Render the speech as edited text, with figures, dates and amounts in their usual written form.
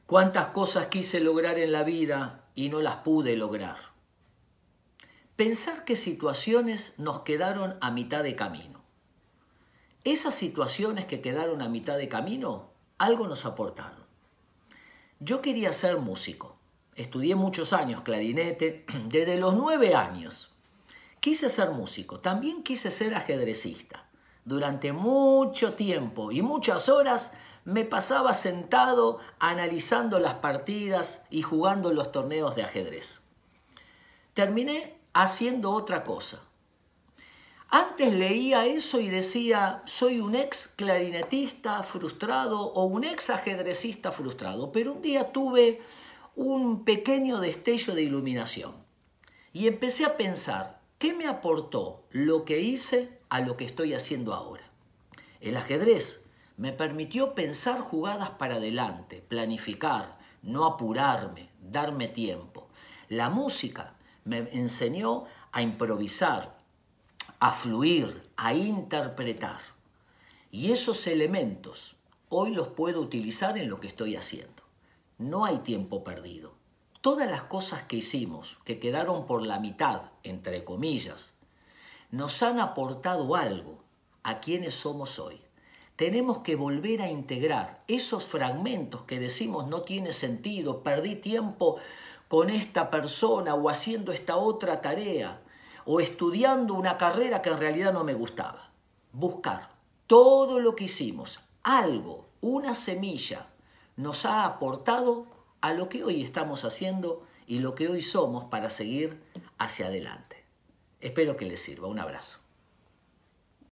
Cuántas cosas quise lograr en la vida y no las pude lograr. Pensar qué situaciones nos quedaron a mitad de camino. Esas situaciones que quedaron a mitad de camino, algo nos aportaron. Yo quería ser músico. Estudié muchos años clarinete, desde los 9 años. Quise ser músico, también quise ser ajedrecista. Durante mucho tiempo y muchas horas me pasaba sentado analizando las partidas y jugando los torneos de ajedrez. Terminé haciendo otra cosa. Antes leía eso y decía, soy un ex clarinetista frustrado o un ex ajedrecista frustrado, pero un día tuve un pequeño destello de iluminación y empecé a pensar, ¿qué me aportó lo que hice a lo que estoy haciendo ahora? El ajedrez me permitió pensar jugadas para adelante, planificar, no apurarme, darme tiempo. La música me enseñó a improvisar, a fluir, a interpretar. Y esos elementos hoy los puedo utilizar en lo que estoy haciendo. No hay tiempo perdido. Todas las cosas que hicimos, que quedaron por la mitad, entre comillas, nos han aportado algo a quienes somos hoy. Tenemos que volver a integrar esos fragmentos que decimos no tiene sentido, perdí tiempo con esta persona o haciendo esta otra tarea o estudiando una carrera que en realidad no me gustaba. Buscar todo lo que hicimos, algo, una semilla, nos ha aportado a lo que hoy estamos haciendo y lo que hoy somos para seguir hacia adelante. Espero que les sirva. Un abrazo.